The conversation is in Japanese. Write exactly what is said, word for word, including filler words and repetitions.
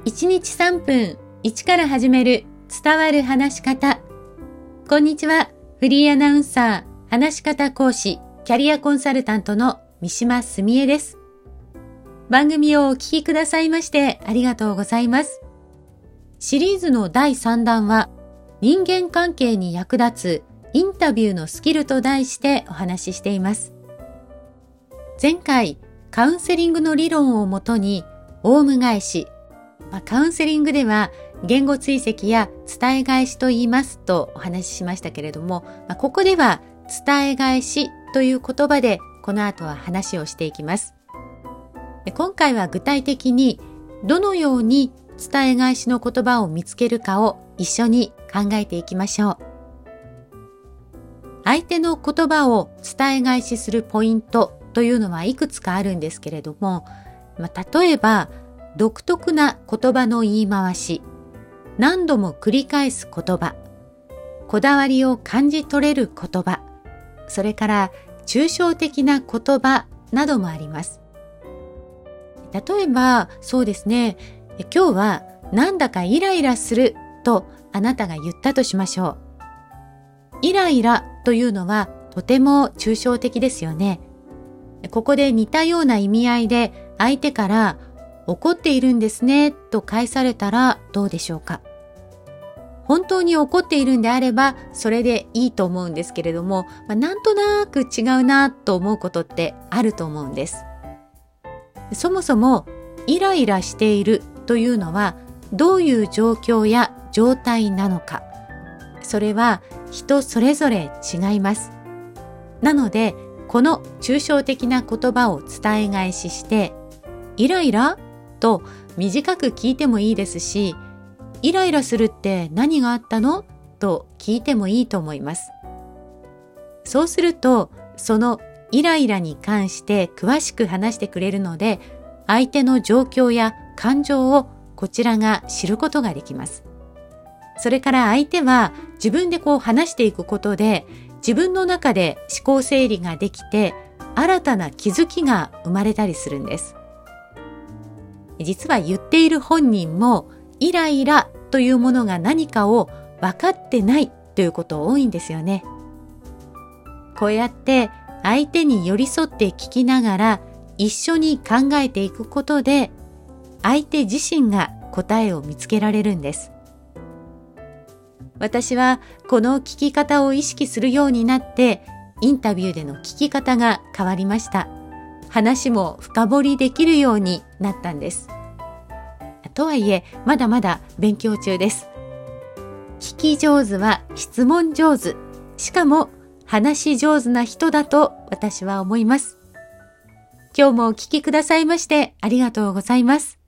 いちにちさんぷん、一から始める伝わる話し方。こんにちは。フリーアナウンサー、話し方講師、キャリアコンサルタントの三島澄江です。番組をお聞きくださいましてありがとうございます。シリーズのだいさんだんは、人間関係に役立つインタビューのスキルと題してお話ししています。前回、カウンセリングの理論をもとに、オウム返し、まあ、カウンセリングでは言語追跡や伝え返しと言いますとお話ししましたけれども、まあ、ここでは伝え返しという言葉でこの後は話をしていきます。で今回は具体的にどのように伝え返しの言葉を見つけるかを一緒に考えていきましょう。相手の言葉を伝え返しするポイントというのはいくつかあるんですけれども、まあ、例えば独特な言葉の言い回し、何度も繰り返す言葉、こだわりを感じ取れる言葉、それから抽象的な言葉などもあります。例えば、そうですね、今日はなんだかイライラするとあなたが言ったとしましょう。イライラというのはとても抽象的ですよね。ここで似たような意味合いで相手から怒っているんですねと返されたらどうでしょうか。本当に怒っているんであればそれでいいと思うんですけれども、まあ、なんとなく違うなと思うことってあると思うんです。そもそもイライラしているというのはどういう状況や状態なのか、それは人それぞれ違います。なのでこの抽象的な言葉を伝え返ししてイライラと短く聞いてもいいですし、イライラするって何があったのと聞いてもいいと思います。そうすると、そのイライラに関して詳しく話してくれるので、相手の状況や感情をこちらが知ることができます。それから相手は自分でこう話していくことで、自分の中で思考整理ができて、新たな気づきが生まれたりするんです。実は言っている本人もイライラというものが何かを分かってないということ多いんですよね。こうやって相手に寄り添って聞きながら一緒に考えていくことで相手自身が答えを見つけられるんです。私はこの聞き方を意識するようになってインタビューでの聞き方が変わりました。話も深掘りできるようになったんです。とはいえ、まだまだ勉強中です。聞き上手は質問上手。しかも、話し上手な人だと私は思います。今日もお聞きくださいましてありがとうございます。